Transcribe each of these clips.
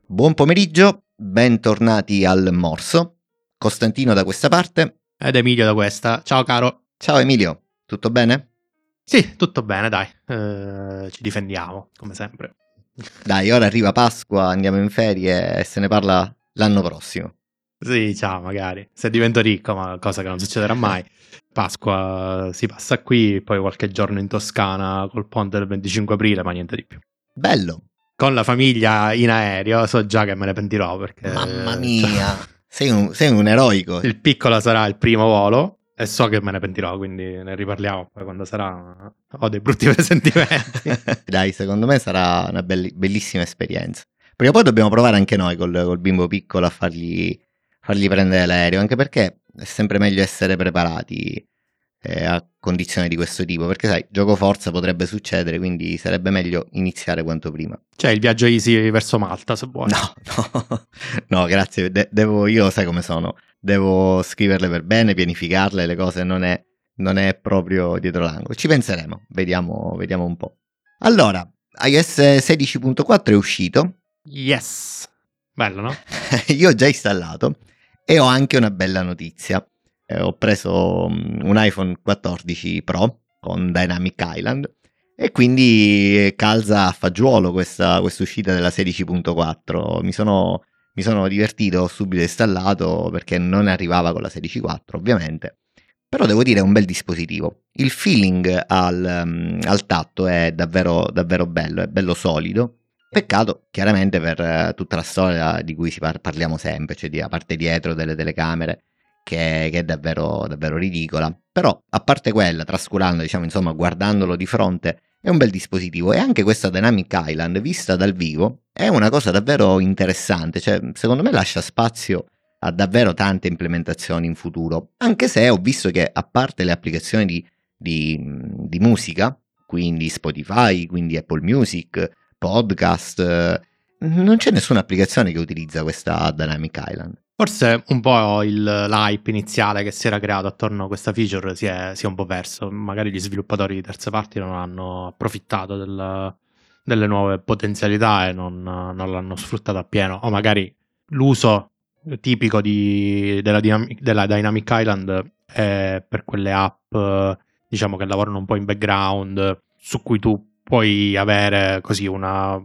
Buon pomeriggio, bentornati al Morso. Costantino da questa parte. Ed Emilio da questa. Ciao caro. Ciao Emilio, tutto bene? Sì, tutto bene, dai. Ci difendiamo, come sempre. Dai, ora arriva Pasqua, andiamo in ferie e se ne parla l'anno prossimo. Sì, ciao, magari. Se divento ricco, ma cosa che non succederà mai. Pasqua si passa qui, poi qualche giorno in Toscana col ponte del 25 aprile, ma niente di più. Bello. Con la famiglia in aereo, so già che me ne pentirò perché... Mamma mia, sei un eroico. Il piccolo sarà il primo volo e so che me ne pentirò, quindi ne riparliamo poi quando sarà. Ho dei brutti presentimenti. Dai, secondo me sarà una bellissima esperienza. Prima o poi dobbiamo provare anche noi col bimbo piccolo a fargli prendere l'aereo, anche perché è sempre meglio essere preparati a condizioni di questo tipo, perché sai, gioco forza potrebbe succedere, quindi sarebbe meglio iniziare quanto prima. Cioè il viaggio easy verso Malta, se vuoi. No, grazie, io sai come sono, devo scriverle per bene, pianificarle, le cose non è proprio dietro l'angolo. Ci penseremo, vediamo un po'. Allora, iOS 16.4 è uscito. Yes! Bello, no? Io ho già installato e ho anche una bella notizia. Ho preso un iPhone 14 Pro con Dynamic Island e quindi calza a fagiolo questa uscita della 16.4. Mi sono divertito, ho subito installato perché non arrivava con la 16.4 ovviamente, però devo dire è un bel dispositivo. Il feeling al tatto è davvero, davvero bello, è bello solido. Peccato chiaramente per tutta la storia di cui parliamo sempre, cioè la parte dietro delle telecamere che è davvero, davvero ridicola. Però a parte quella, trascurando, diciamo, insomma, guardandolo di fronte, è un bel dispositivo. E anche questa Dynamic Island, vista dal vivo, è una cosa davvero interessante. Cioè, secondo me lascia spazio a davvero tante implementazioni in futuro. Anche se ho visto che, a parte le applicazioni di musica, quindi Spotify, quindi Apple Music, podcast, non c'è nessuna applicazione che utilizza questa Dynamic Island. Forse un po' l'hype iniziale che si era creato attorno a questa feature si è un po' perso. Magari gli sviluppatori di terze parti non hanno approfittato delle nuove potenzialità e non l'hanno sfruttato appieno. O magari l'uso tipico della Dynamic Island è per quelle app, diciamo, che lavorano un po' in background, su cui tu puoi avere così una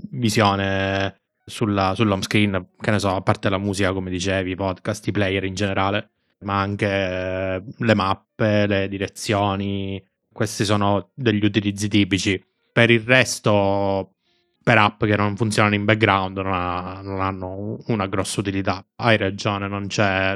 visione sull'home screen, che ne so, a parte la musica, come dicevi, i podcast, i player in generale, ma anche le mappe, le direzioni. Questi sono degli utilizzi tipici. Per il resto, per app che non funzionano in background, non hanno una grossa utilità. Hai ragione, non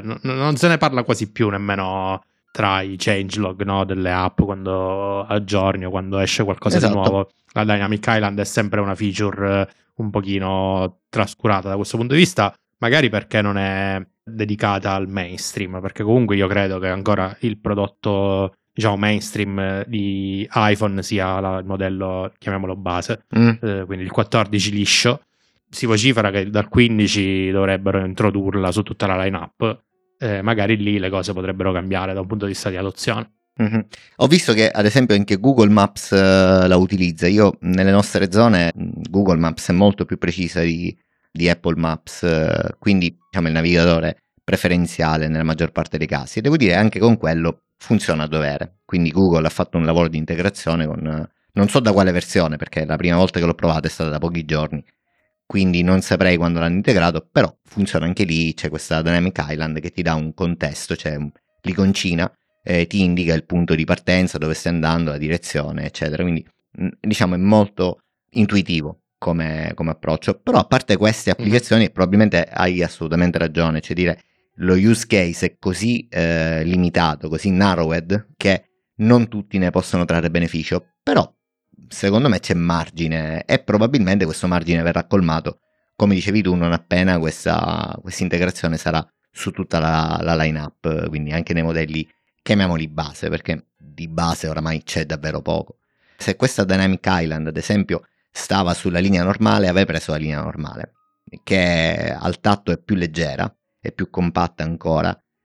se ne parla quasi più nemmeno tra i changelog, no, delle app quando aggiorni o quando esce qualcosa di nuovo. La Dynamic Island è sempre una feature un pochino trascurata da questo punto di vista, magari perché non è dedicata al mainstream, perché comunque io credo che ancora il prodotto, diciamo, mainstream di iPhone sia il modello, chiamiamolo base, quindi il 14 liscio. Si vocifera che dal 15 dovrebbero introdurla su tutta la line-up. Magari lì le cose potrebbero cambiare da un punto di vista di adozione. Mm-hmm. Ho visto che ad esempio anche Google Maps la utilizza. Io nelle nostre zone Google Maps è molto più precisa di Apple Maps, quindi diciamo il navigatore preferenziale nella maggior parte dei casi, e devo dire anche con quello funziona a dovere. Quindi Google ha fatto un lavoro di integrazione con non so da quale versione, perché la prima volta che l'ho provato è stata da pochi giorni, quindi non saprei quando l'hanno integrato, però funziona anche lì. C'è questa Dynamic Island che ti dà un contesto, c'è l'iconcina, ti indica il punto di partenza, dove stai andando, la direzione, eccetera. Quindi diciamo è molto intuitivo come approccio. Però a parte queste applicazioni, probabilmente hai assolutamente ragione, cioè dire lo use case è così limitato, così narrowed, che non tutti ne possono trarre beneficio. Però secondo me c'è margine e probabilmente questo margine verrà colmato, come dicevi tu, non appena questa integrazione sarà su tutta la line-up, quindi anche nei modelli, chiamiamoli base, perché di base oramai c'è davvero poco. Se questa Dynamic Island, ad esempio, stava sulla linea normale, avevi preso la linea normale, che al tatto è più leggera, è più compatta ancora,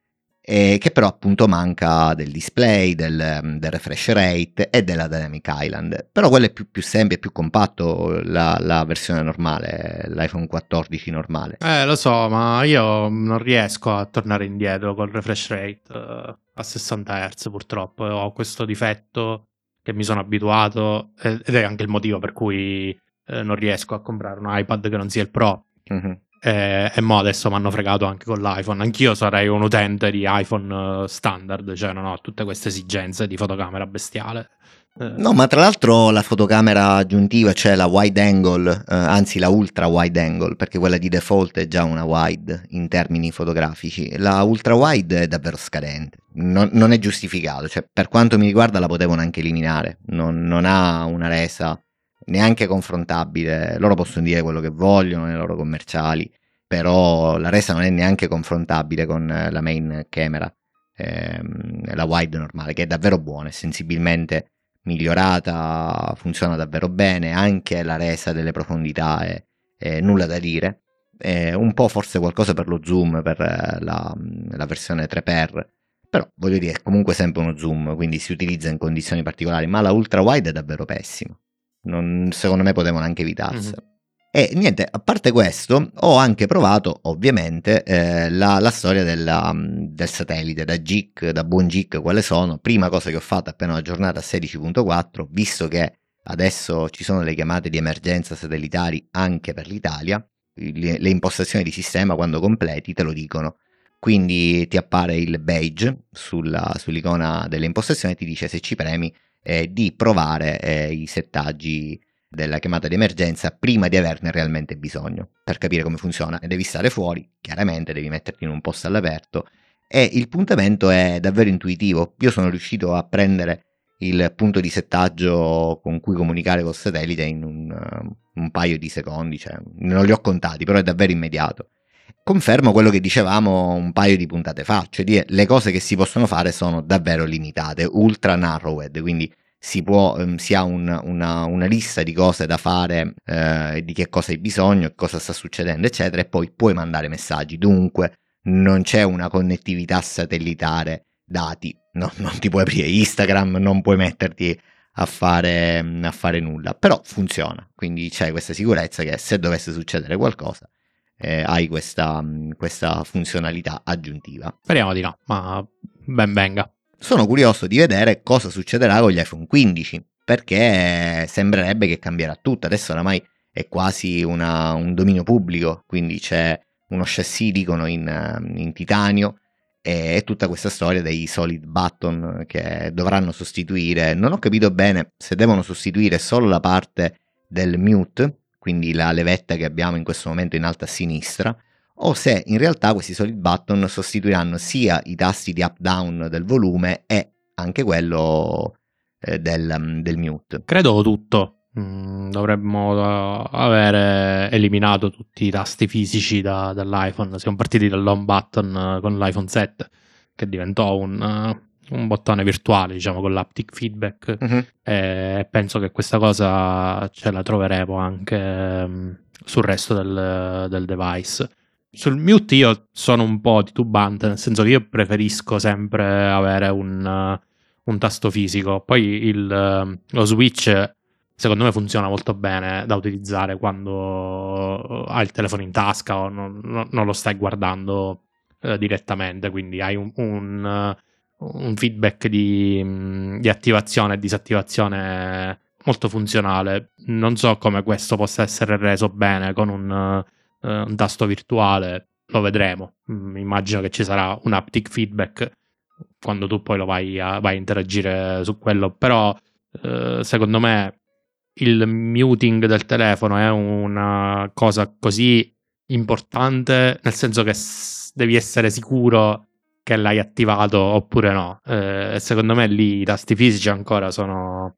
che però appunto manca del display, del refresh rate e della dynamic island. Però quello è più semplice, più compatto, la versione normale, l'iPhone 14 normale. Lo so, ma io non riesco a tornare indietro col refresh rate a 60 Hz purtroppo. Ho questo difetto che mi sono abituato ed è anche il motivo per cui non riesco a comprare un iPad che non sia il Pro. E mo adesso mi hanno fregato anche con l'iPhone. Anch'io sarei un utente di iPhone standard, cioè non ho tutte queste esigenze di fotocamera bestiale. No, ma tra l'altro la fotocamera aggiuntiva, cioè la wide angle, anzi la ultra wide angle, perché quella di default è già una wide in termini fotografici, la ultra wide è davvero scadente, non è giustificato, cioè per quanto mi riguarda la potevano anche eliminare, non ha una resa neanche confrontabile. Loro possono dire quello che vogliono nei loro commerciali, però la resa non è neanche confrontabile con la main camera, la wide normale, che è davvero buona, è sensibilmente migliorata, funziona davvero bene, anche la resa delle profondità è nulla da dire, un po' forse qualcosa per lo zoom, per la versione 3x, però voglio dire è comunque sempre uno zoom, quindi si utilizza in condizioni particolari, ma la ultra wide è davvero pessima, secondo me potevano anche evitarsela. E niente, a parte questo, ho anche provato ovviamente la storia del satellite, da buon geek quale sono. Prima cosa che ho fatto appena ho aggiornato a 16.4, visto che adesso ci sono le chiamate di emergenza satellitari anche per l'Italia, le impostazioni di sistema quando completi te lo dicono. Quindi ti appare il badge sull'icona delle impostazioni e ti dice, se ci premi, di provare i settaggi della chiamata di emergenza prima di averne realmente bisogno, per capire come funziona. E devi stare fuori, chiaramente devi metterti in un posto all'aperto, e il puntamento è davvero intuitivo. Io sono riuscito a prendere il punto di settaggio con cui comunicare col satellite in un paio di secondi, cioè non li ho contati, però è davvero immediato. Confermo quello che dicevamo un paio di puntate fa, cioè le cose che si possono fare sono davvero limitate, ultra narrowed, quindi si ha una lista di cose da fare, di che cosa hai bisogno, cosa sta succedendo, eccetera, e poi puoi mandare messaggi. Dunque non c'è una connettività satellitare dati, non ti puoi aprire Instagram, non puoi metterti a fare nulla, però funziona, quindi c'è questa sicurezza che se dovesse succedere qualcosa hai questa funzionalità aggiuntiva. Speriamo di no, ma ben venga. Sono curioso di vedere cosa succederà con gli iPhone 15, perché sembrerebbe che cambierà tutto. Adesso oramai è quasi un dominio pubblico, quindi c'è uno chassis, dicono, in titanio, e tutta questa storia dei solid button che dovranno sostituire. Non ho capito bene se devono sostituire solo la parte del mute, quindi la levetta che abbiamo in questo momento in alto a sinistra, o se in realtà questi solid button sostituiranno sia i tasti di up down del volume e anche quello del mute. Credo tutto. Dovremmo avere eliminato tutti i tasti fisici dall'iPhone. Siamo partiti dall'home button con l'iPhone 7, che diventò un bottone virtuale, diciamo, con l'haptic feedback. E penso che questa cosa ce la troveremo anche sul resto del device. Sul mute io sono un po' titubante, nel senso che io preferisco sempre avere un tasto fisico. Poi lo switch secondo me funziona molto bene da utilizzare quando hai il telefono in tasca o non lo stai guardando direttamente, quindi hai un feedback di attivazione e disattivazione molto funzionale. Non so come questo possa essere reso bene con un tasto virtuale, lo vedremo. Immagino che ci sarà un haptic feedback quando tu poi lo vai a interagire su quello, però secondo me il muting del telefono è una cosa così importante, nel senso che devi essere sicuro che l'hai attivato oppure no. Secondo me lì i tasti fisici ancora sono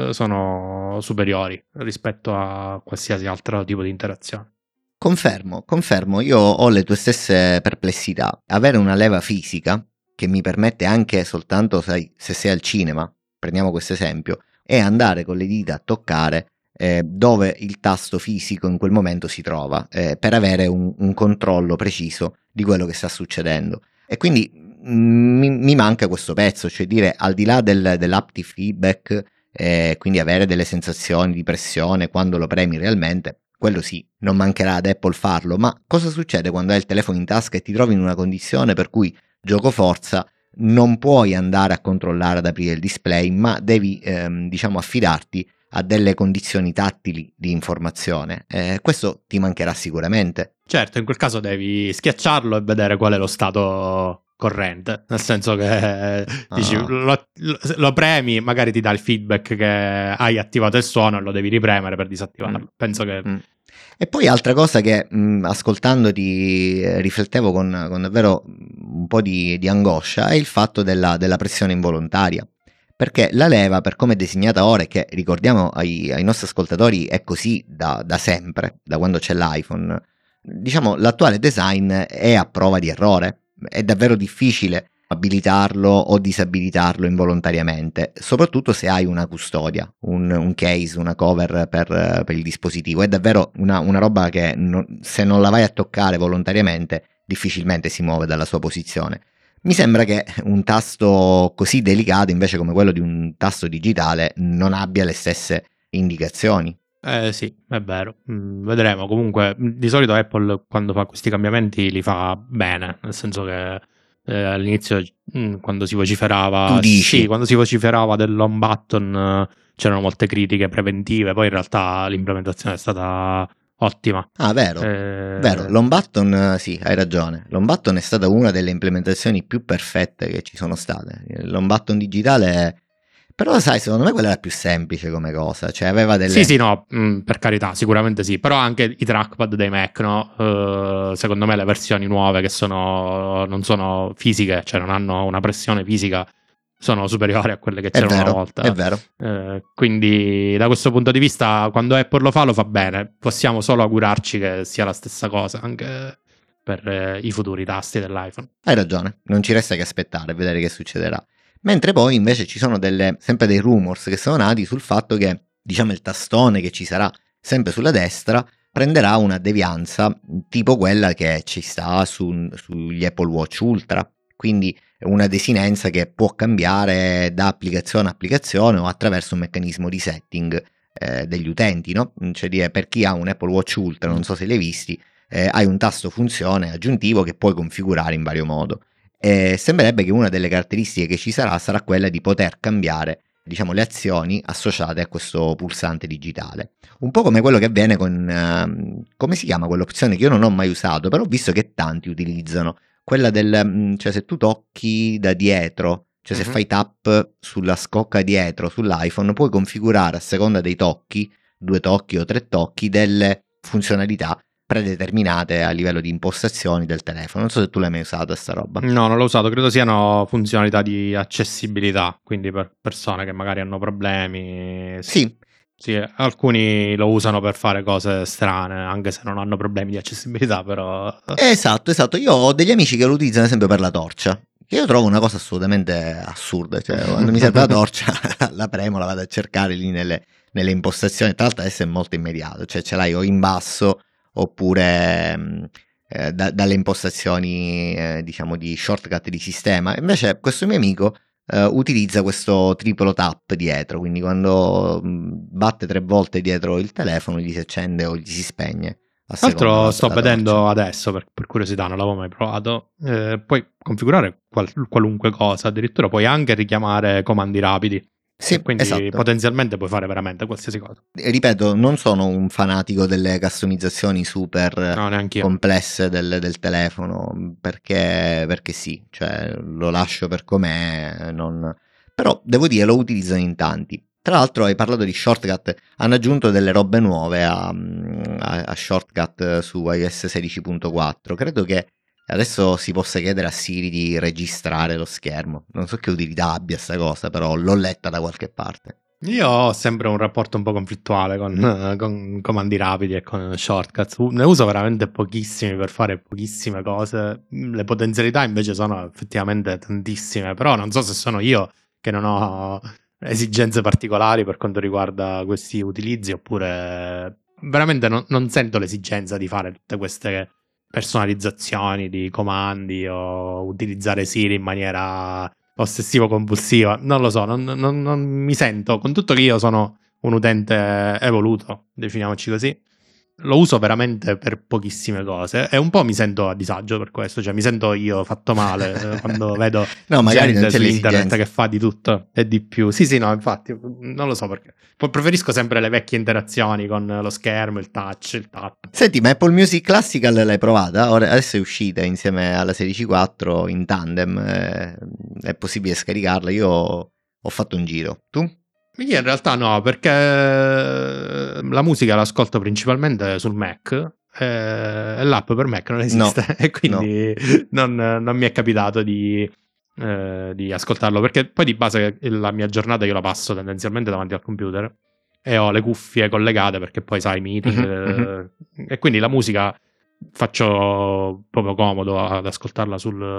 superiori rispetto a qualsiasi altro tipo di interazione. Confermo, io ho le tue stesse perplessità. Avere una leva fisica che mi permette anche soltanto, sai, se sei al cinema, prendiamo questo esempio, e andare con le dita a toccare dove il tasto fisico in quel momento si trova, per avere un controllo preciso di quello che sta succedendo. E quindi mi manca questo pezzo, cioè dire, al di là dell'haptic feedback, quindi avere delle sensazioni di pressione quando lo premi realmente, quello sì, non mancherà ad Apple farlo, ma cosa succede quando hai il telefono in tasca e ti trovi in una condizione per cui, gioco forza, non puoi andare a controllare ad aprire il display, ma devi diciamo affidarti a delle condizioni tattili di informazione? Questo ti mancherà sicuramente. Certo, in quel caso devi schiacciarlo e vedere qual è lo stato corrente, nel senso che dici, lo premi, magari ti dà il feedback che hai attivato il suono e lo devi ripremere per disattivarlo. Penso che... E poi altra cosa che ascoltandoti riflettevo con davvero un po' di angoscia è il fatto della pressione involontaria, perché la leva, per come è disegnata ora, e che ricordiamo ai nostri ascoltatori è così da sempre, da quando c'è l'iPhone, diciamo l'attuale design è a prova di errore, è davvero difficile abilitarlo o disabilitarlo involontariamente, soprattutto se hai una custodia, un case, una cover per il dispositivo. È davvero una roba che se non la vai a toccare volontariamente difficilmente si muove dalla sua posizione. Mi sembra che un tasto così delicato, invece, come quello di un tasto digitale, non abbia le stesse indicazioni. Sì, è vero. Vedremo. Comunque, di solito Apple quando fa questi cambiamenti li fa bene, nel senso che all'inizio, quando si vociferava, Tu dici? sì, quando si vociferava dell'home button, c'erano molte critiche preventive, poi in realtà l'implementazione è stata ottima. Ah, vero. Vero, l'home button, sì, hai ragione. L'home button è stata una delle implementazioni più perfette che ci sono state. L'home button digitale, però sai, secondo me quella era più semplice come cosa, cioè aveva delle... Sì, no, per carità, sicuramente sì, però anche i trackpad dei Mac, no? Secondo me le versioni nuove che non sono fisiche, cioè non hanno una pressione fisica, sono superiori a quelle che c'erano una volta. È vero. Quindi da questo punto di vista, quando Apple lo fa bene. Possiamo solo augurarci che sia la stessa cosa anche per i futuri tasti dell'iPhone. Hai ragione, non ci resta che aspettare e vedere che succederà. Mentre poi invece ci sono sempre dei rumors che sono nati sul fatto che, diciamo, il tastone che ci sarà sempre sulla destra prenderà una devianza tipo quella che ci sta sugli Apple Watch Ultra, quindi una desinenza che può cambiare da applicazione a applicazione o attraverso un meccanismo di setting degli utenti, no? Cioè dire, per chi ha un Apple Watch Ultra, non so se li hai visti, hai un tasto funzione aggiuntivo che puoi configurare in vario modo. Sembrerebbe che una delle caratteristiche che ci sarà quella di poter cambiare, diciamo, le azioni associate a questo pulsante digitale. Un po' come quello che avviene con, come si chiama quell'opzione che io non ho mai usato, però ho visto che tanti utilizzano, quella cioè se tu tocchi da dietro, cioè se fai tap sulla scocca dietro sull'iPhone, puoi configurare a seconda dei tocchi, 2 tocchi o 3 tocchi, delle funzionalità predeterminate a livello di impostazioni del telefono. Non so se tu l'hai mai usato sta roba. No, non l'ho usato, credo siano funzionalità di accessibilità, quindi per persone che magari hanno problemi. Sì. Sì, alcuni lo usano per fare cose strane, anche se non hanno problemi di accessibilità, però... Esatto. Io ho degli amici che lo utilizzano ad esempio per la torcia, che io trovo una cosa assolutamente assurda, cioè quando mi serve la torcia la premo, la vado a cercare lì nelle impostazioni, tra l'altro adesso è molto immediato, cioè ce l'hai o in basso oppure dalle impostazioni diciamo di shortcut di sistema. Invece questo mio amico utilizza questo triplo tap dietro, quindi quando batte 3 volte dietro il telefono gli si accende o gli si spegne. Tra l'altro sto vedendo adesso, per curiosità, non l'avevo mai provato, puoi configurare qualunque cosa, addirittura puoi anche richiamare comandi rapidi. Sì, quindi esatto. Potenzialmente puoi fare veramente qualsiasi cosa. Ripeto, non sono un fanatico delle customizzazioni super complesse del telefono, perché sì, cioè lo lascio per com'è, però devo dire lo utilizzano in tanti. Tra l'altro hai parlato di shortcut, hanno aggiunto delle robe nuove a shortcut su iOS 16.4, credo che adesso si possa chiedere a Siri di registrare lo schermo. Non so che utilità abbia sta cosa, però l'ho letta da qualche parte. Io ho sempre un rapporto un po' conflittuale con comandi rapidi e con shortcuts. Ne uso veramente pochissimi per fare pochissime cose. Le potenzialità invece sono effettivamente tantissime, però non so se sono io che non ho esigenze particolari per quanto riguarda questi utilizzi, oppure veramente non sento l'esigenza di fare tutte queste personalizzazioni di comandi o utilizzare Siri in maniera ossessivo-compulsiva. Non lo so, non mi sento, con tutto che io sono un utente evoluto, definiamoci così, lo uso veramente per pochissime cose e un po' mi sento a disagio per questo, cioè mi sento io fatto male quando vedo No, magari non gente c'è su internet l'esigenza. che fa di tutto e di più. Sì, no, infatti, non lo so perché. Preferisco sempre le vecchie interazioni con lo schermo, il touch, il tap. Senti, ma Apple Music Classical l'hai provata? Adesso è uscita insieme alla 16.4 in tandem, è possibile scaricarla, io ho fatto un giro. Tu? Io in realtà no, perché la musica l'ascolto principalmente sul Mac e l'app per Mac non esiste e quindi non mi è capitato di ascoltarlo, perché poi di base la mia giornata io la passo tendenzialmente davanti al computer e ho le cuffie collegate perché poi sai meeting e quindi la musica faccio proprio comodo ad ascoltarla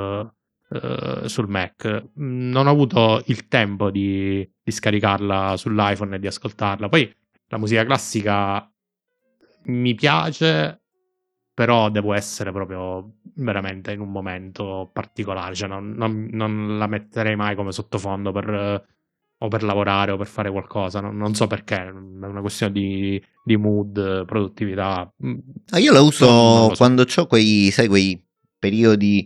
sul Mac. Non ho avuto il tempo di scaricarla sull'iPhone e di ascoltarla. Poi la musica classica mi piace, però devo essere proprio veramente in un momento particolare, cioè non la metterei mai come sottofondo o per lavorare o per fare qualcosa, non so perché, è una questione di mood, produttività. Io la Non uso lo so. quando ho quei periodi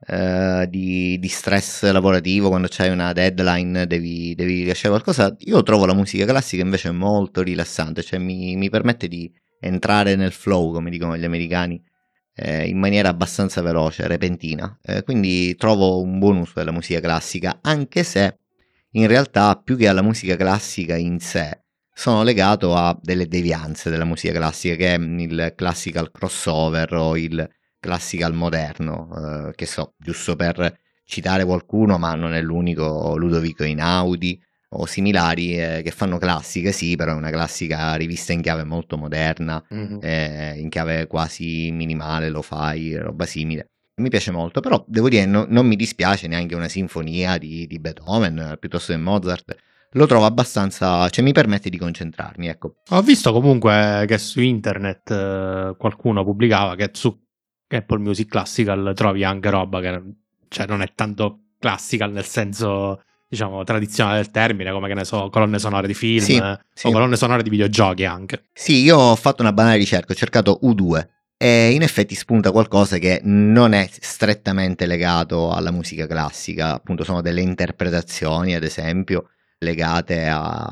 di stress lavorativo, quando c'hai una deadline, devi rilasciare qualcosa. Io trovo la musica classica invece molto rilassante, cioè mi permette di entrare nel flow, come dicono gli americani, in maniera abbastanza veloce, repentina. Quindi trovo un buon uso della musica classica, anche se in realtà più che alla musica classica in sé sono legato a delle devianze della musica classica, che è il classical crossover o il classical moderno, che so, giusto per citare qualcuno, ma non è l'unico, Ludovico Einaudi o similari, che fanno classica, sì, però è una classica rivista in chiave molto moderna, in chiave quasi minimale, lo fai, roba simile. Mi piace molto, però devo dire non mi dispiace neanche una sinfonia di Beethoven piuttosto che Mozart. Lo trovo abbastanza, cioè mi permette di concentrarmi, ecco. Ho visto comunque che su internet qualcuno pubblicava che su Apple Music Classical trovi anche roba che cioè, non è tanto classical nel senso, diciamo, tradizionale del termine, come che ne so, colonne sonore di film Sì, o colonne sonore di videogiochi anche. Sì, io ho fatto una banale ricerca, ho cercato U2 e in effetti spunta qualcosa che non è strettamente legato alla musica classica, appunto sono delle interpretazioni, ad esempio, legate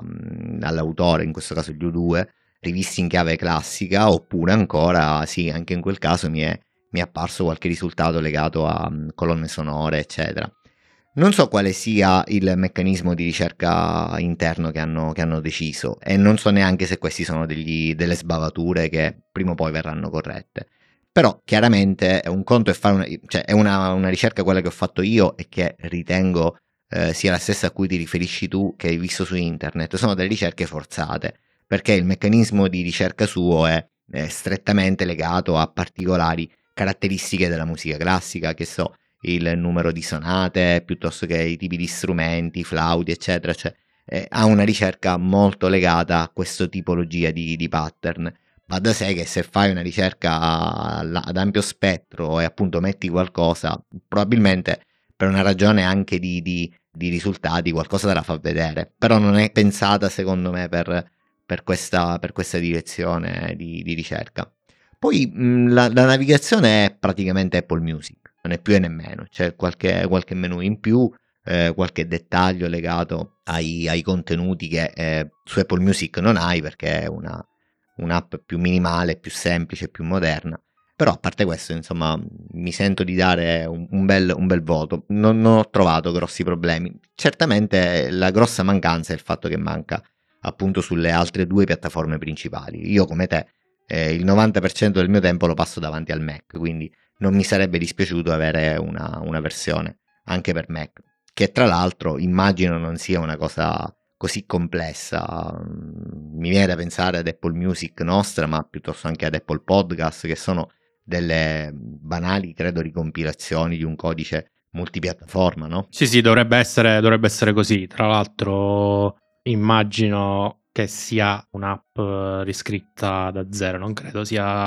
all'autore, in questo caso gli U2, rivisti in chiave classica, oppure ancora, sì, anche in quel caso mi è apparso qualche risultato legato a colonne sonore, eccetera. Non so quale sia il meccanismo di ricerca interno che hanno deciso e non so neanche se questi sono delle sbavature che prima o poi verranno corrette. Però chiaramente un conto è fare è una ricerca quella che ho fatto io e che ritengo sia la stessa a cui ti riferisci tu, che hai visto su internet. Sono delle ricerche forzate perché il meccanismo di ricerca suo è strettamente legato a particolari caratteristiche della musica classica, che so, il numero di sonate piuttosto che i tipi di strumenti, flauti, eccetera, cioè ha una ricerca molto legata a questa tipologia di pattern. Va da sé che se fai una ricerca ad ampio spettro e appunto metti qualcosa, probabilmente per una ragione anche di risultati qualcosa te la fa vedere, però non è pensata secondo me per questa direzione di ricerca. Poi la navigazione è praticamente Apple Music, non è più e nemmeno, c'è qualche menu in più, qualche dettaglio legato ai contenuti che su Apple Music non hai, perché è un'app più minimale, più semplice, più moderna. Però a parte questo, insomma, mi sento di dare un bel voto. Non ho trovato grossi problemi. Certamente la grossa mancanza è il fatto che manca appunto sulle altre due piattaforme principali. Io come te il 90% del mio tempo lo passo davanti al Mac, quindi non mi sarebbe dispiaciuto avere una versione anche per Mac, che tra l'altro immagino non sia una cosa così complessa. Mi viene da pensare ad Apple Music nostra, ma piuttosto anche ad Apple Podcast, che sono delle banali, credo, ricompilazioni di un codice multipiattaforma, no? Sì, dovrebbe essere così. Tra l'altro immagino che sia un'app riscritta da zero, non credo sia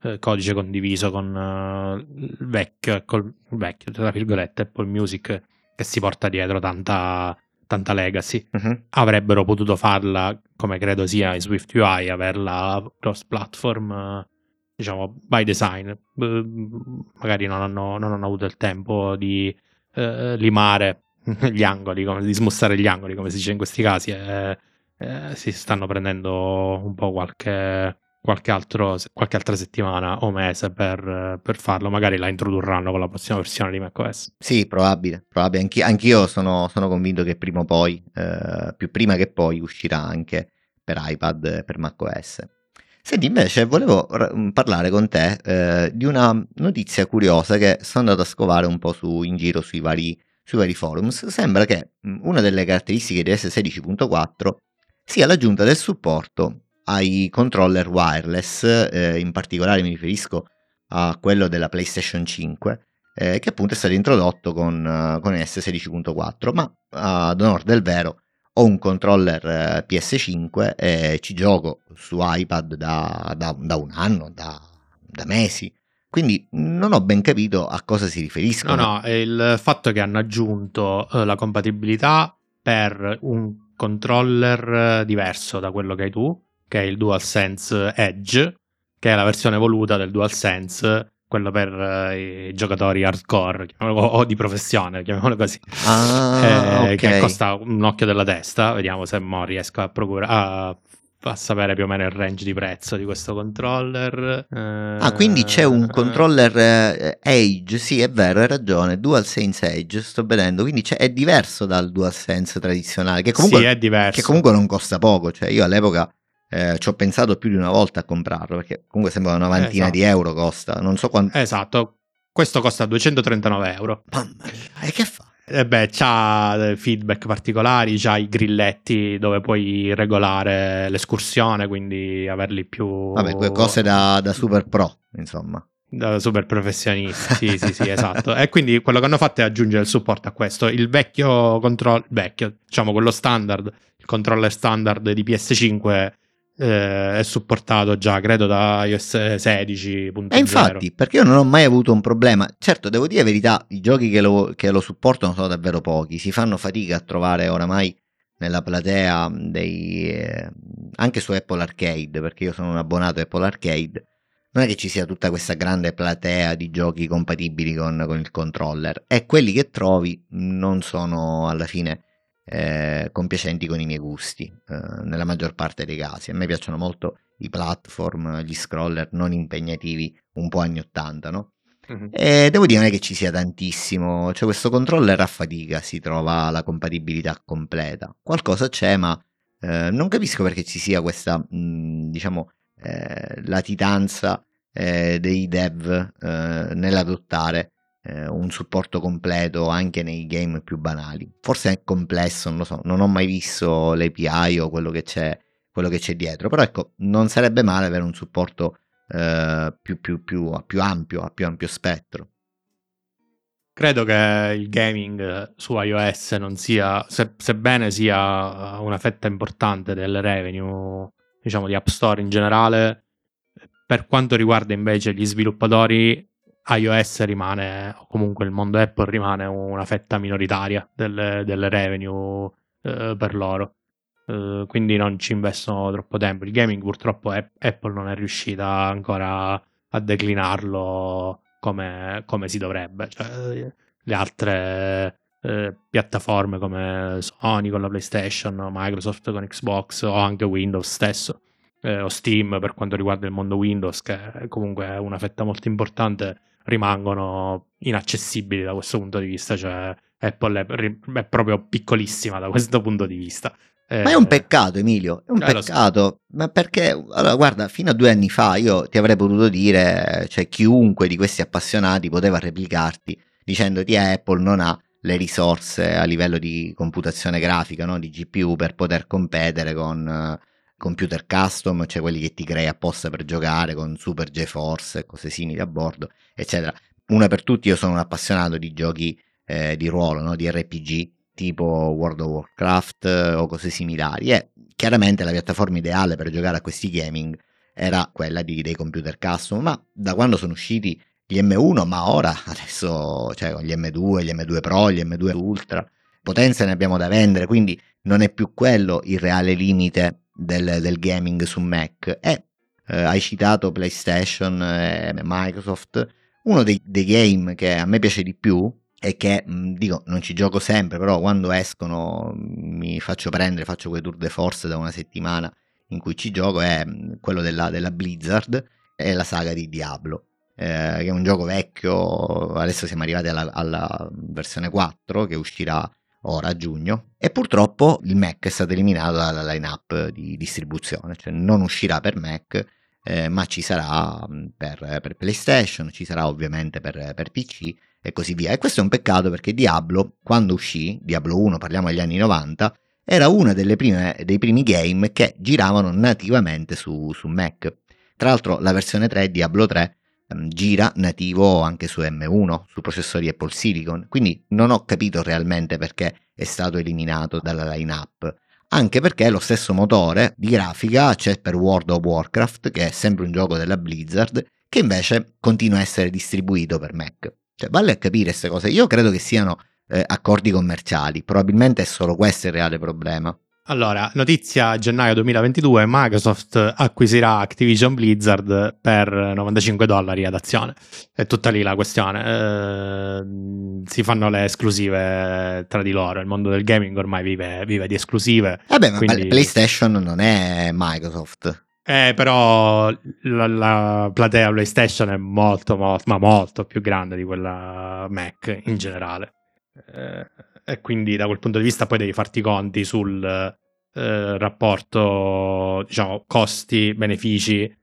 codice condiviso con il vecchio, tra virgolette, Apple Music, che si porta dietro tanta legacy. Avrebbero potuto farla, come credo sia in SwiftUI, averla cross platform, diciamo by design. Magari non hanno avuto il tempo di limare gli angoli, di smussare gli angoli, come si dice in questi casi, e si stanno prendendo un po' qualche altra settimana o mese per farlo. Magari la introdurranno con la prossima versione di macOS. Sì, probabile. Anch'io sono convinto che prima o poi, più prima che poi, uscirà anche per iPad e per macOS. Senti, invece volevo parlare con te di una notizia curiosa che sono andato a scovare un po' in giro sui vari forums. Sembra che una delle caratteristiche di S16.4 sia l'aggiunta del supporto ai controller wireless, in particolare mi riferisco a quello della PlayStation 5, che appunto è stato introdotto con S16.4, ma ad onor del vero ho un controller PS5 e ci gioco su iPad da un anno, da mesi, quindi non ho ben capito a cosa si riferiscono. No, è il fatto che hanno aggiunto la compatibilità per un controller diverso da quello che hai tu, che è il DualSense Edge, che è la versione evoluta del DualSense, quello per i giocatori hardcore o di professione, chiamiamolo così, okay. che costa un occhio della testa. Vediamo se mo riesco a sapere più o meno il range di prezzo di questo controller. Quindi c'è un controller Edge, sì, è vero, hai ragione, DualSense Edge, sto vedendo, quindi è diverso dal DualSense tradizionale, che comunque, sì, è diverso. Che comunque non costa poco, cioè io all'epoca ci ho pensato più di una volta a comprarlo, perché comunque sembra una ventina di euro costa, non so quanto. Esatto, questo costa 239 euro. Mamma mia, e che fa? C'ha feedback particolari, c'ha i grilletti dove puoi regolare l'escursione, quindi averli più... Vabbè, cose da super pro, insomma. Da super professionisti, sì, esatto. E quindi quello che hanno fatto è aggiungere il supporto a questo. Il vecchio diciamo quello standard, il controller standard di PS5 è supportato già, credo, da iOS 16.0. E infatti, perché io non ho mai avuto un problema. Certo, devo dire la verità, i giochi che lo supportano sono davvero pochi. Si fanno fatica a trovare oramai nella platea anche su Apple Arcade, perché io sono un abbonato Apple Arcade. Non è che ci sia tutta questa grande platea di giochi compatibili con il controller, e quelli che trovi non sono alla fine compiacenti con i miei gusti, nella maggior parte dei casi. A me piacciono molto i platform, gli scroller non impegnativi, un po' anni 80, no? E devo dire che ci sia tantissimo, cioè questo controller a fatica si trova la compatibilità completa. Qualcosa c'è, ma non capisco perché ci sia questa, diciamo, latitanza dei dev nell'adottare un supporto completo anche nei game più banali. Forse è complesso, non lo so, non ho mai visto l'API o quello che c'è dietro, però ecco, non sarebbe male avere un supporto più ampio, a più ampio spettro. Credo che il gaming su iOS non sia, sebbene sia una fetta importante del revenue, diciamo, di App Store in generale, per quanto riguarda invece gli sviluppatori, iOS rimane, o comunque il mondo Apple rimane una fetta minoritaria del revenue per loro. Quindi non ci investono troppo tempo. Il gaming purtroppo Apple non è riuscita ancora a declinarlo come si dovrebbe. Cioè, le altre piattaforme come Sony con la PlayStation, Microsoft con Xbox o anche Windows stesso, o Steam per quanto riguarda il mondo Windows, che comunque è una fetta molto importante, rimangono inaccessibili da questo punto di vista. Cioè Apple è proprio piccolissima da questo punto di vista. Ma è un peccato, Emilio, è un peccato, ma perché, allora, guarda, fino a 2 anni fa io ti avrei potuto dire, cioè chiunque di questi appassionati poteva replicarti dicendoti Apple non ha le risorse a livello di computazione grafica, no? Di GPU per poter competere con computer custom, cioè quelli che ti crei apposta per giocare con Super GeForce, cose simili a bordo, eccetera. Una per tutti, io sono un appassionato di giochi di ruolo, no? Di RPG, tipo World of Warcraft o cose similari, e chiaramente la piattaforma ideale per giocare a questi gaming era quella dei computer custom, ma da quando sono usciti gli M1, ma ora adesso, cioè con gli M2, gli M2 Pro, gli M2 Ultra, potenza ne abbiamo da vendere, quindi non è più quello il reale limite del gaming su Mac. E hai citato PlayStation e Microsoft. Uno dei game che a me piace di più e che dico non ci gioco sempre, però quando escono mi faccio quei tour de force da una settimana in cui ci gioco, è quello della Blizzard e la saga di Diablo, che è un gioco vecchio. Adesso siamo arrivati alla versione 4 che uscirà ora a giugno, e purtroppo il Mac è stato eliminato dalla lineup di distribuzione, cioè non uscirà per Mac, ma ci sarà per PlayStation, ci sarà ovviamente per PC e così via. E questo è un peccato, perché Diablo, quando uscì, Diablo 1, parliamo degli anni 90, era uno dei primi game che giravano nativamente su Mac. Tra l'altro la versione 3, Diablo 3, gira nativo anche su M1, su processori Apple Silicon, quindi non ho capito realmente perché è stato eliminato dalla lineup, anche perché lo stesso motore di grafica c'è per World of Warcraft, che è sempre un gioco della Blizzard, che invece continua a essere distribuito per Mac. Cioè, vale a capire queste cose. Io credo che siano accordi commerciali, probabilmente è solo questo il reale problema. Allora, notizia gennaio 2022, Microsoft acquisirà Activision Blizzard per $95 ad azione. È tutta lì la questione. Si fanno le esclusive tra di loro. Il mondo del gaming ormai vive di esclusive. Vabbè, quindi... ma PlayStation non è Microsoft. Però la platea PlayStation è molto, ma molto più grande di quella Mac in generale. E quindi da quel punto di vista poi devi farti i conti sul rapporto, diciamo, costi-benefici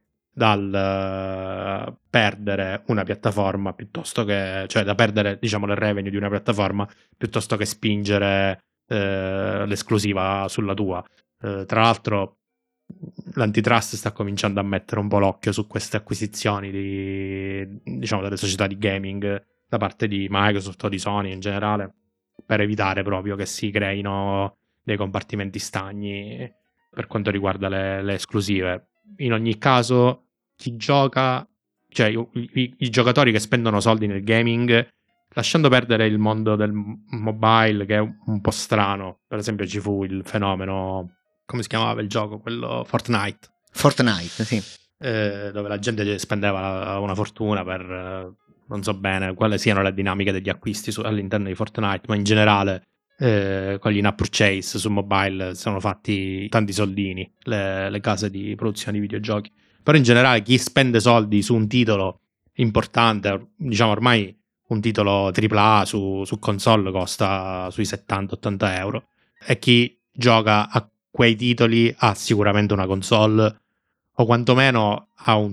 dal perdere una piattaforma piuttosto che, cioè da perdere, diciamo, il revenue di una piattaforma piuttosto che spingere l'esclusiva sulla tua. Tra l'altro l'antitrust sta cominciando a mettere un po' l'occhio su queste acquisizioni diciamo, delle società di gaming da parte di Microsoft o di Sony in generale, per evitare proprio che si creino dei compartimenti stagni per quanto riguarda le esclusive. In ogni caso, chi gioca, cioè i giocatori che spendono soldi nel gaming, lasciando perdere il mondo del mobile, che è un po' strano. Per esempio ci fu il fenomeno, come si chiamava il gioco? Quello Fortnite, sì. Dove la gente spendeva una fortuna per... non so bene quali siano le dinamiche degli acquisti all'interno di Fortnite, ma in generale con gli in-app purchase su mobile sono fatti tanti soldini le case di produzione di videogiochi. Però in generale chi spende soldi su un titolo importante, diciamo ormai un titolo AAA su console costa sui 70-80 euro, e chi gioca a quei titoli ha sicuramente una console o quantomeno ha un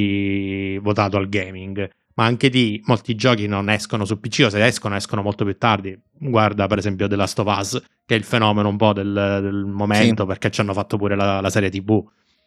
PC votato al gaming. Ma anche di molti giochi non escono su PC, o se escono molto più tardi. Guarda per esempio The Last of Us, che è il fenomeno un po' del momento, sì, perché ci hanno fatto pure la serie TV,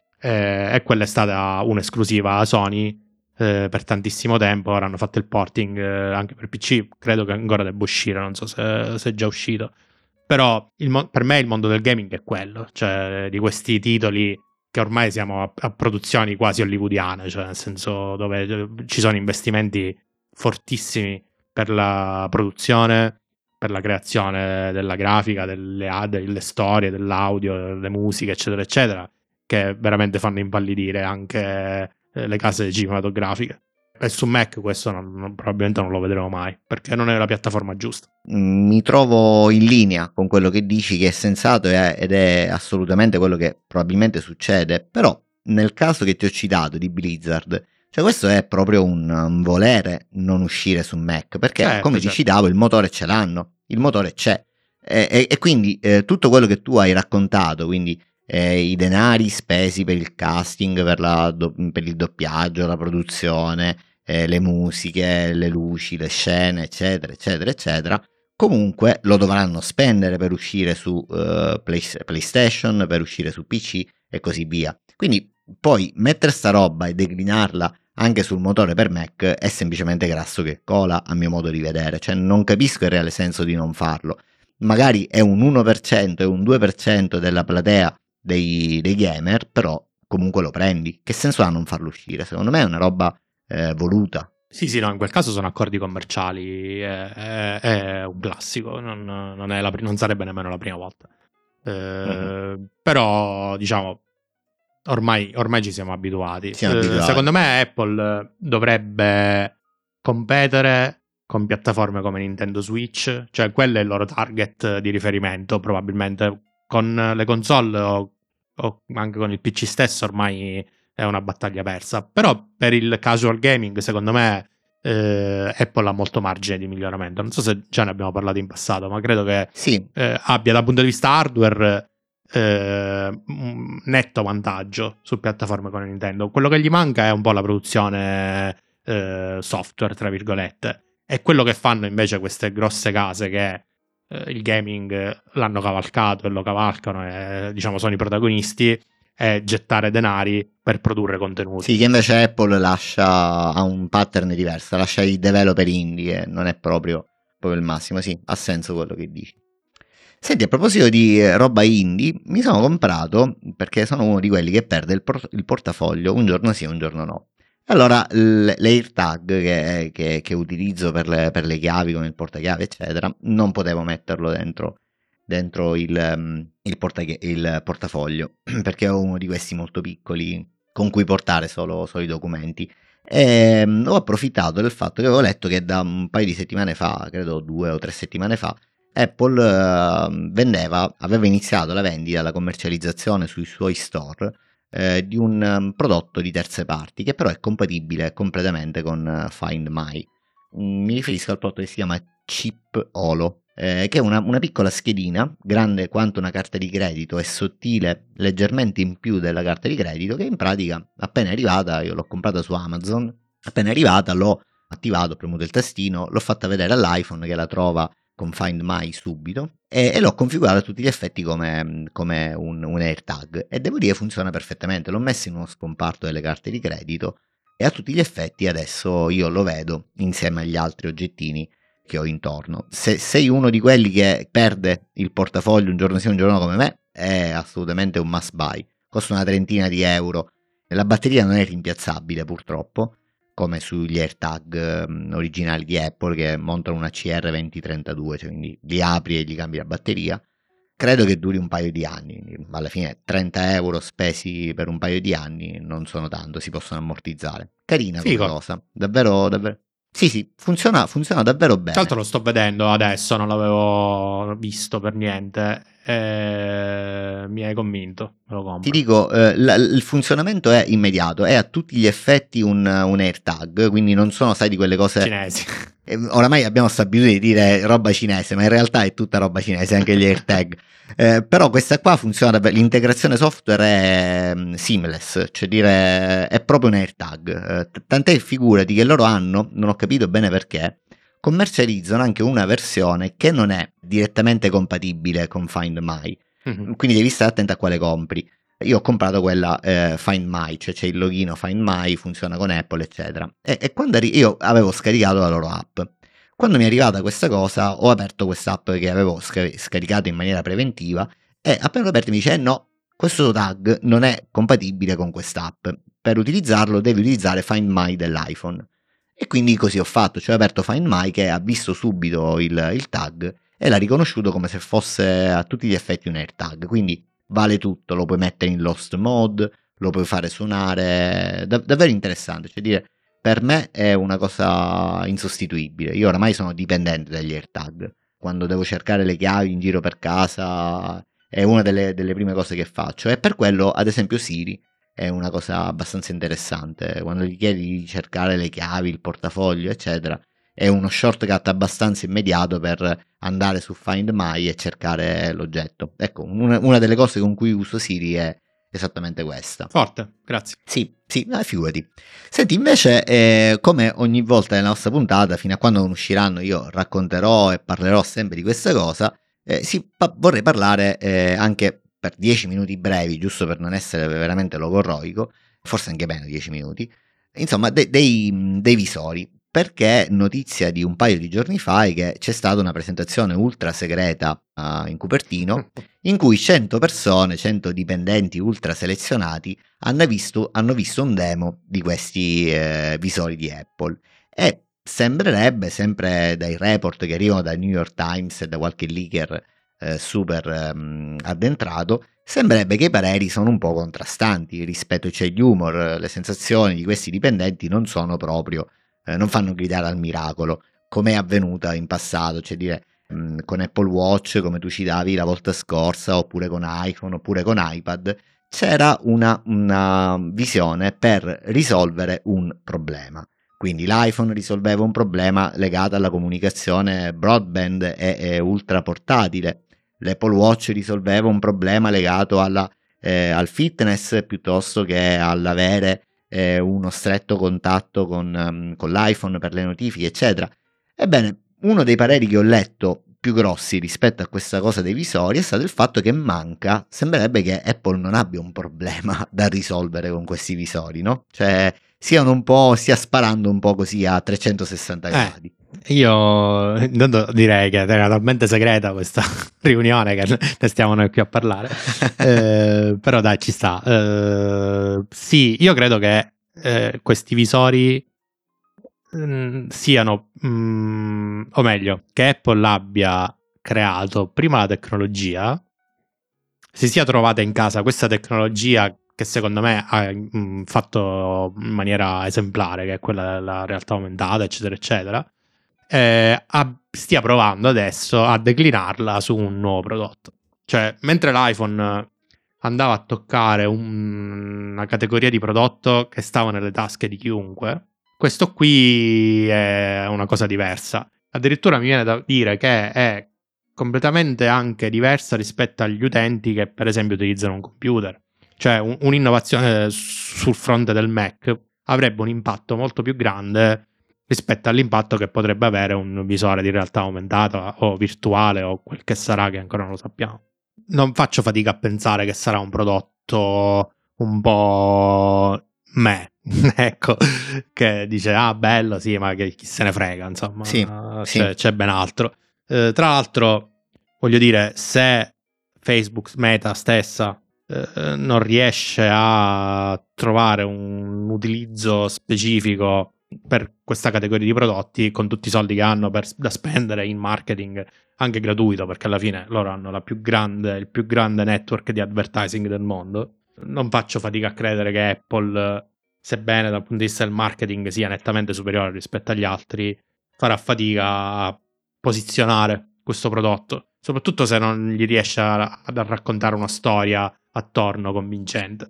e quella è stata un'esclusiva a Sony per tantissimo tempo. Ora hanno fatto il porting anche per PC, credo che ancora debba uscire, non so se è già uscito. Però per me il mondo del gaming è quello, cioè di questi titoli che ormai siamo a produzioni quasi hollywoodiane, cioè nel senso dove ci sono investimenti fortissimi per la produzione, per la creazione della grafica, delle storie, dell'audio, delle musiche, eccetera, eccetera, che veramente fanno impallidire anche le case cinematografiche. E su Mac questo probabilmente non lo vedremo mai, perché non è la piattaforma giusta. Mi trovo in linea con quello che dici, che è sensato ed è assolutamente quello che probabilmente succede. Però nel caso che ti ho citato di Blizzard, cioè questo è proprio un volere non uscire su Mac, perché come ti citavo il motore ce l'hanno, il motore c'è, e quindi tutto quello che tu hai raccontato, quindi i denari spesi per il casting, per il doppiaggio, la produzione, le musiche, le luci, le scene, eccetera, eccetera, eccetera, comunque lo dovranno spendere per uscire su PlayStation, per uscire su PC e così via. Quindi poi mettere sta roba e declinarla anche sul motore per Mac è semplicemente grasso che cola, a mio modo di vedere. Cioè non capisco il reale senso di non farlo. Magari è un 1%, è un 2% della platea dei gamer, però comunque lo prendi. Che senso ha non farlo uscire? Secondo me è una roba voluta. Sì, no, in quel caso sono accordi commerciali, è un classico, non sarebbe nemmeno la prima volta. Però, diciamo, ormai ci siamo abituati. Secondo me Apple dovrebbe competere con piattaforme come Nintendo Switch, cioè quello è il loro target di riferimento, probabilmente. Con le console o anche con il PC stesso ormai è una battaglia persa. Però per il casual gaming, secondo me, Apple ha molto margine di miglioramento. Non so se già ne abbiamo parlato in passato, ma credo che abbia dal punto di vista hardware un netto vantaggio su piattaforme come Nintendo. Quello che gli manca è un po' la produzione software, tra virgolette. È quello che fanno invece queste grosse case che il gaming l'hanno cavalcato e lo cavalcano e diciamo sono i protagonisti, e gettare denari per produrre contenuti. Sì, che invece Apple ha un pattern diverso, lascia i developer indie e non è proprio il massimo. Sì, ha senso quello che dici. Senti, a proposito di roba indie, mi sono comprato, perché sono uno di quelli che perde il portafoglio un giorno sì, un giorno no. Allora l'AirTag che utilizzo per le chiavi con il portachiavi eccetera, non potevo metterlo dentro il portafoglio, perché ho uno di questi molto piccoli con cui portare solo i documenti. E ho approfittato del fatto che avevo letto che da un paio di settimane fa, credo 2 o 3 settimane fa, Apple aveva iniziato la vendita, la commercializzazione sui suoi store di un prodotto di terze parti che però è compatibile completamente con Find My. Mi riferisco al prodotto che si chiama Chip Holo, che è una piccola schedina grande quanto una carta di credito e sottile leggermente in più della carta di credito, che in pratica appena è arrivata, io l'ho comprata su Amazon, appena è arrivata l'ho attivato, ho premuto il tastino, l'ho fatta vedere all'iPhone che la trova con Find My subito e l'ho configurata a tutti gli effetti come un AirTag e devo dire funziona perfettamente. L'ho messo in uno scomparto delle carte di credito e a tutti gli effetti adesso io lo vedo insieme agli altri oggettini che ho intorno. Se sei uno di quelli che perde il portafoglio un giorno sì un giorno no come me, è assolutamente un must buy. Costa una trentina di euro e la batteria non è rimpiazzabile purtroppo, come sugli AirTag originali di Apple che montano una CR2032, cioè quindi li apri e gli cambi la batteria. Credo che duri un paio di anni, alla fine 30 euro spesi per un paio di anni non sono tanto, si possono ammortizzare. Carina come cosa, davvero. Sì, funziona davvero bene. Tra l'altro lo sto vedendo adesso, non l'avevo visto per niente. Mi hai convinto, me lo compro. Ti dico, il funzionamento è immediato, è a tutti gli effetti un AirTag, quindi non sono, sai, di quelle cose cinesi. Oramai abbiamo stabilito di dire roba cinese, ma in realtà è tutta roba cinese, anche gli AirTag. Però questa qua funziona, l'integrazione software è seamless, cioè dire è proprio un AirTag. Tant'è, figurati che loro hanno, non ho capito bene perché, commercializzano anche una versione che non è direttamente compatibile con Find My, quindi devi stare attento a quale compri. Io ho comprato quella Find My, cioè c'è il login Find My, funziona con Apple eccetera, e quando io avevo scaricato la loro app, quando mi è arrivata questa cosa ho aperto questa app che avevo scaricato in maniera preventiva e appena l'ho aperto mi dice no, questo tag non è compatibile con quest'app, per utilizzarlo devi utilizzare Find My dell'iPhone. E quindi così ho fatto, cioè ho aperto Find My che ha visto subito il tag e l'ha riconosciuto come se fosse a tutti gli effetti un AirTag, quindi vale tutto, lo puoi mettere in lost mode, lo puoi fare suonare, davvero interessante, cioè dire, per me è una cosa insostituibile. Io oramai sono dipendente dagli AirTag, quando devo cercare le chiavi in giro per casa è una delle prime cose che faccio e per quello ad esempio Siri è una cosa abbastanza interessante, quando gli chiedi di cercare le chiavi, il portafoglio eccetera, è uno shortcut abbastanza immediato per andare su Find My e cercare l'oggetto. Ecco, una delle cose con cui uso Siri è esattamente questa. Forte, grazie. Sì, figurati. Senti, invece, come ogni volta nella nostra puntata, fino a quando non usciranno, io racconterò e parlerò sempre di questa cosa, vorrei parlare anche per 10 minuti brevi, giusto per non essere veramente logorroico, forse anche meno 10 minuti, insomma, dei visori. perché notizia di un paio di giorni fa è che c'è stata una presentazione ultra segreta in Cupertino in cui 100 persone, 100 dipendenti ultra selezionati hanno visto un demo di questi visori di Apple, e sembrerebbe, sempre dai report che arrivano dal New York Times e da qualche leaker super addentrato, sembrerebbe che i pareri sono un po' contrastanti rispetto, cioè gli humor, le sensazioni di questi dipendenti non sono proprio, non fanno gridare al miracolo, come è avvenuta in passato, cioè dire con Apple Watch, come tu citavi la volta scorsa, oppure con iPhone, oppure con iPad, c'era una visione per risolvere un problema. Quindi l'iPhone risolveva un problema legato alla comunicazione broadband e ultra portatile, l'Apple Watch risolveva un problema legato al fitness piuttosto che all'avere uno stretto contatto con l'iPhone per le notifiche, eccetera. Ebbene, uno dei pareri che ho letto più grossi rispetto a questa cosa dei visori è stato il fatto che sembrerebbe che Apple non abbia un problema da risolvere con questi visori, no? Cioè stia sparando un po' così a 360 gradi. Io intanto direi che era talmente segreta questa riunione che ne stiamo noi qui a parlare, però dai, ci sta. Sì, io credo che questi visori siano, o meglio, che Apple abbia creato prima la tecnologia, si sia trovata in casa questa tecnologia che secondo me ha fatto in maniera esemplare, che è quella della realtà aumentata, eccetera, eccetera, stia provando adesso a declinarla su un nuovo prodotto. Cioè, mentre l'iPhone andava a toccare una categoria di prodotto che stava nelle tasche di chiunque, questo qui è una cosa diversa. Addirittura mi viene da dire che è completamente anche diversa rispetto agli utenti che per esempio utilizzano un computer. Cioè un'innovazione sul fronte del Mac avrebbe un impatto molto più grande rispetto all'impatto che potrebbe avere un visore di realtà aumentata o virtuale o quel che sarà, che ancora non lo sappiamo. Non faccio fatica a pensare che sarà un prodotto un po' ecco, che dice bello, sì, ma che chi se ne frega, insomma, sì. C'è ben altro. Tra l'altro, voglio dire, se Facebook Meta stessa non riesce a trovare un utilizzo specifico per questa categoria di prodotti, con tutti i soldi che hanno da spendere in marketing, anche gratuito, perché alla fine loro hanno il più grande network di advertising del mondo, non faccio fatica a credere che Apple, sebbene dal punto di vista del marketing sia nettamente superiore rispetto agli altri, farà fatica a posizionare questo prodotto, soprattutto se non gli riesce ad raccontare una storia attorno convincente.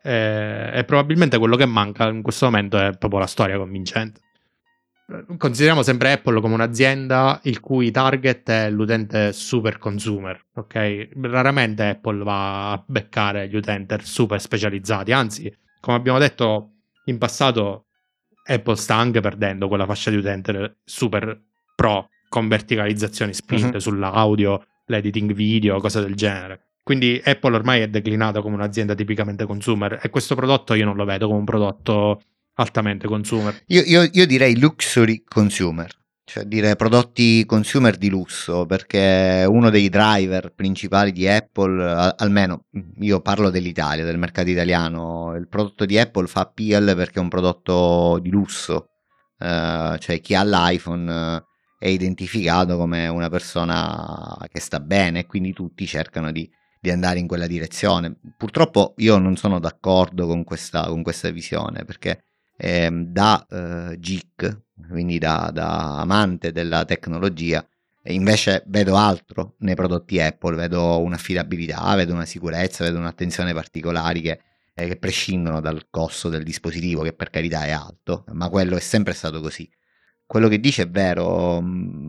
E probabilmente quello che manca in questo momento è proprio la storia convincente. Consideriamo sempre Apple come un'azienda il cui target è l'utente super consumer, ok? Raramente Apple va a beccare gli utenti super specializzati, anzi, come abbiamo detto in passato, Apple sta anche perdendo quella fascia di utente super pro, con verticalizzazioni spinte sull'audio, l'editing video, cose del genere. Quindi Apple ormai è declinata come un'azienda tipicamente consumer, e questo prodotto io non lo vedo come un prodotto altamente consumer. Io direi luxury consumer, cioè dire prodotti consumer di lusso, perché uno dei driver principali di Apple, almeno io parlo dell'Italia, del mercato italiano, il prodotto di Apple fa appeal perché è un prodotto di lusso, cioè chi ha l'iPhone è identificato come una persona che sta bene, e quindi tutti cercano di andare in quella direzione. Purtroppo io non sono d'accordo con questa visione, perché da geek, quindi da amante della tecnologia, invece vedo altro nei prodotti Apple, vedo un'affidabilità, vedo una sicurezza, vedo un'attenzione particolari che prescindono dal costo del dispositivo, che per carità è alto, ma quello è sempre stato così. Quello che dice è vero,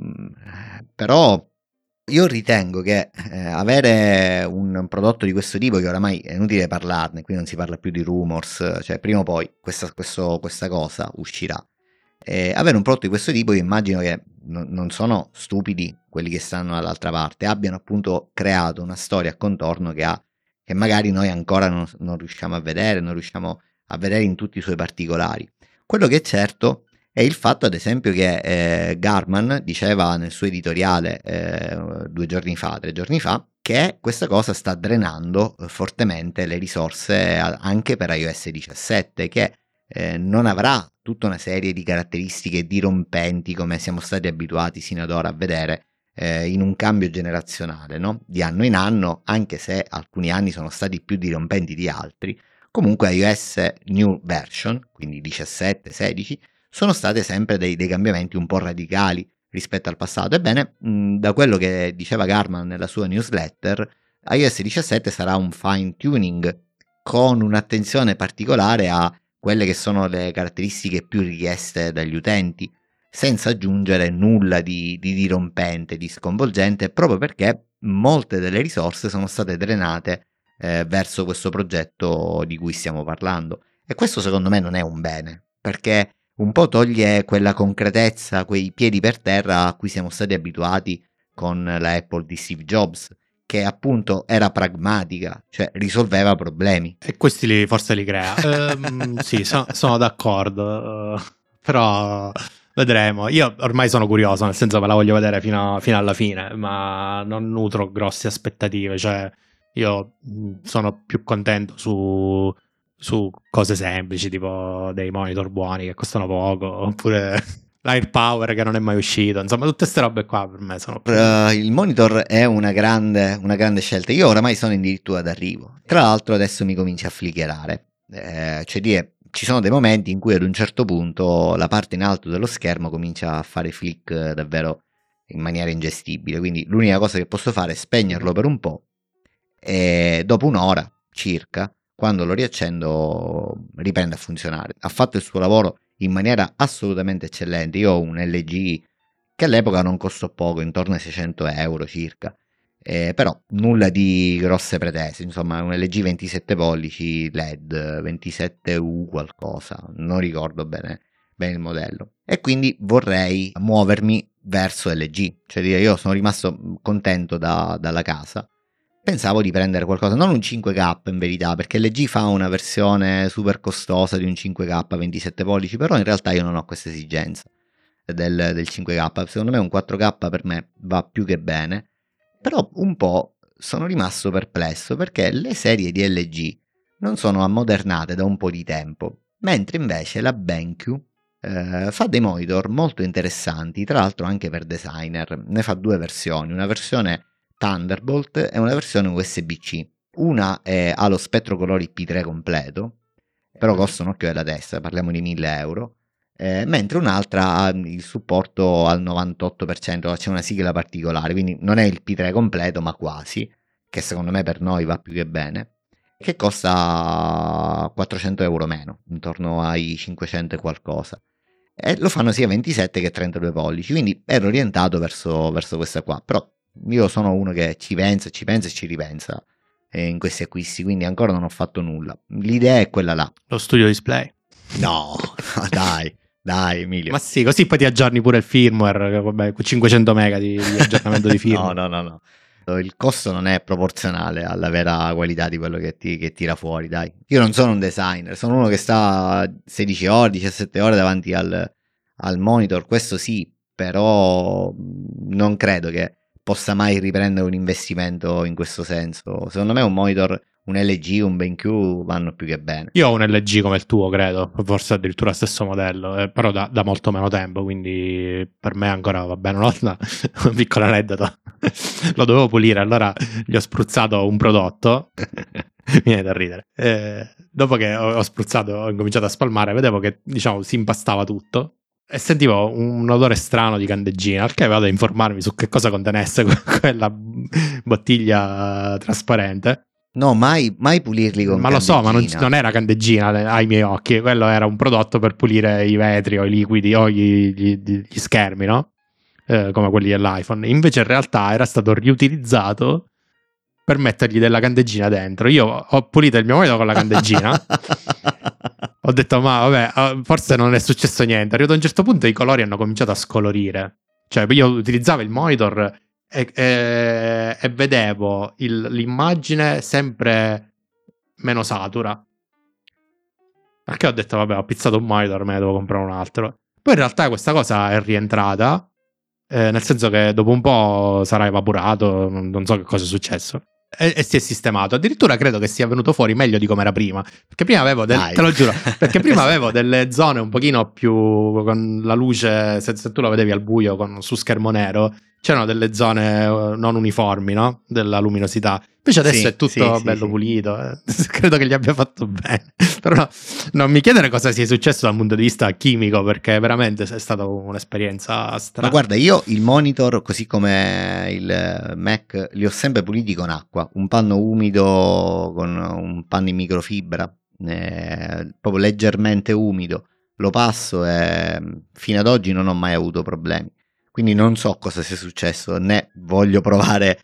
però io ritengo che avere un prodotto di questo tipo, che oramai è inutile parlarne, qui non si parla più di rumors, cioè prima o poi questa cosa uscirà. Avere un prodotto di questo tipo, io immagino che non sono stupidi quelli che stanno dall'altra parte, abbiano appunto creato una storia a contorno che magari noi ancora non riusciamo a vedere, non riusciamo a vedere in tutti i suoi particolari. Quello che è certo è il fatto, ad esempio, che Gartman diceva nel suo editoriale 2 giorni fa, 3 giorni fa, che questa cosa sta drenando fortemente le risorse anche per iOS 17, che non avrà tutta una serie di caratteristiche dirompenti come siamo stati abituati sino ad ora a vedere in un cambio generazionale, no? Di anno in anno, anche se alcuni anni sono stati più dirompenti di altri. Comunque iOS New Version, quindi 17, 16, sono state sempre dei cambiamenti un po' radicali rispetto al passato. Ebbene, da quello che diceva Gartman nella sua newsletter, iOS 17 sarà un fine tuning con un'attenzione particolare a quelle che sono le caratteristiche più richieste dagli utenti, senza aggiungere nulla di dirompente, di sconvolgente, proprio perché molte delle risorse sono state drenate verso questo progetto di cui stiamo parlando. E questo secondo me non è un bene, perché un po' toglie quella concretezza, quei piedi per terra a cui siamo stati abituati con la Apple di Steve Jobs, che appunto era pragmatica, cioè risolveva problemi. E questi forse li crea. Sì, sono d'accordo, però vedremo. Io ormai sono curioso, nel senso me la voglio vedere fino alla fine, ma non nutro grosse aspettative, cioè io sono più contento su cose semplici, tipo dei monitor buoni che costano poco, oppure l'AirPower che non è mai uscito, insomma tutte queste robe qua per me sono il monitor è una grande scelta. Io oramai sono addirittura d'arrivo. Tra l'altro adesso mi comincia a flickerare, cioè dire, ci sono dei momenti in cui ad un certo punto la parte in alto dello schermo comincia a fare flick davvero in maniera ingestibile, quindi l'unica cosa che posso fare è spegnerlo per un po' e dopo un'ora circa, quando lo riaccendo, riprende a funzionare. Ha fatto il suo lavoro in maniera assolutamente eccellente. Io ho un LG che all'epoca non costò poco, intorno ai 600 euro circa, però nulla di grosse pretese, insomma un LG 27 pollici LED, 27U qualcosa, non ricordo bene il modello, e quindi vorrei muovermi verso LG, cioè dire, io sono rimasto contento dalla casa. Pensavo di prendere qualcosa, non un 5K in verità, perché LG fa una versione super costosa di un 5K 27 pollici, però in realtà io non ho questa esigenza del 5K. Secondo me un 4K per me va più che bene, però un po' sono rimasto perplesso perché le serie di LG non sono ammodernate da un po' di tempo, mentre invece la BenQ fa dei monitor molto interessanti, tra l'altro anche per designer. Ne fa 2 versioni, una versione Thunderbolt e una versione USB-C. Una ha lo spettro colori P3 completo, però costa un occhio della testa, parliamo di 1000 euro, mentre un'altra ha il supporto al 98%, c'è una sigla particolare, quindi non è il P3 completo ma quasi, che secondo me per noi va più che bene, che costa 400 euro meno, intorno ai 500 e qualcosa. E lo fanno sia 27 che 32 pollici, quindi ero orientato verso questa qua, però io sono uno che ci pensa e ci ripensa in questi acquisti, quindi ancora non ho fatto nulla. L'idea è quella là. Lo studio display? No, dai Emilio. Ma sì, così poi ti aggiorni pure il firmware, vabbè, con 500 mega di aggiornamento di firmware. No. Il costo non è proporzionale alla vera qualità di quello che tira fuori, dai. Io non sono un designer, sono uno che sta 16 ore, 17 ore davanti al monitor, questo sì, però non credo che possa mai riprendere un investimento in questo senso. Secondo me un monitor, un LG, un BenQ vanno più che bene. Io ho un LG come il tuo, credo, forse addirittura lo stesso modello, però da molto meno tempo, quindi per me ancora va bene. Un piccolo aneddoto, lo dovevo pulire, allora gli ho spruzzato un prodotto, mi viene da ridere, dopo che ho spruzzato, ho cominciato a spalmare, vedevo che diciamo si impastava tutto e sentivo un odore strano di candeggina, al che vado a informarmi su che cosa contenesse quella bottiglia trasparente. No, mai pulirli con ma candeggina. lo so, ma non era candeggina ai miei occhi, quello era un prodotto per pulire i vetri o i liquidi o gli schermi, no? Come quelli dell'iPhone. Invece in realtà era stato riutilizzato per mettergli della candeggina dentro. Io ho pulito il mio monitor con la candeggina. Ho detto, ma vabbè, forse non è successo niente. Arrivato a un certo punto i colori hanno cominciato a scolorire. Cioè io utilizzavo il monitor e vedevo l'immagine sempre meno satura, perché ho detto vabbè, ho pizzato un monitor, me ne devo comprare un altro. Poi in realtà questa cosa è rientrata, nel senso che dopo un po' sarà evaporato, non so che cosa è successo. E si è sistemato. Addirittura credo che sia venuto fuori meglio di come era prima. Perché prima avevo te lo giuro, perché prima avevo delle zone un pochino più con la luce, se tu lo vedevi al buio su schermo nero, c'erano delle zone non uniformi, no? Della luminosità. Invece adesso è tutto bello pulito. Credo che gli abbia fatto bene. Però non mi chiedere cosa sia successo dal punto di vista chimico, perché veramente è stata un'esperienza strana. Ma guarda, io il monitor, così come il Mac, li ho sempre puliti con acqua, un panno umido con un panno in microfibra, proprio leggermente umido, lo passo e fino ad oggi non ho mai avuto problemi. Quindi non so cosa sia successo, né voglio provare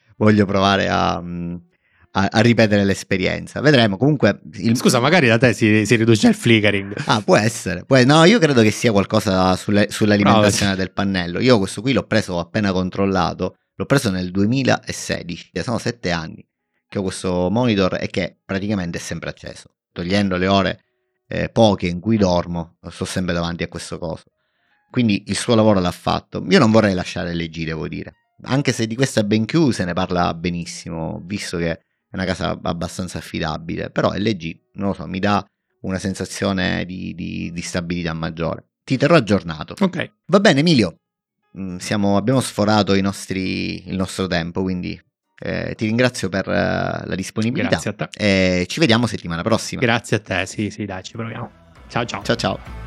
a ripetere l'esperienza. Vedremo. Comunque scusa, magari da te si riduce il flickering. Ah, può essere. No, io credo che sia qualcosa sull'alimentazione del pannello. Io questo qui l'ho preso, ho appena controllato, l'ho preso nel 2016, sono 7 anni che ho questo monitor e che praticamente è sempre acceso, togliendo le ore poche in cui dormo, sto sempre davanti a questo coso. Quindi il suo lavoro l'ha fatto. Io non vorrei lasciare LG, devo dire, anche se di questa BenQ se ne parla benissimo, visto che è una casa abbastanza affidabile, però LG, non lo so, mi dà una sensazione di stabilità maggiore. Ti terrò aggiornato. Ok. Va bene, Emilio, abbiamo sforato il nostro tempo, quindi ti ringrazio per la disponibilità. Grazie a te. E ci vediamo settimana prossima. Grazie a te, sì, dai, ci proviamo. Ciao. Ciao.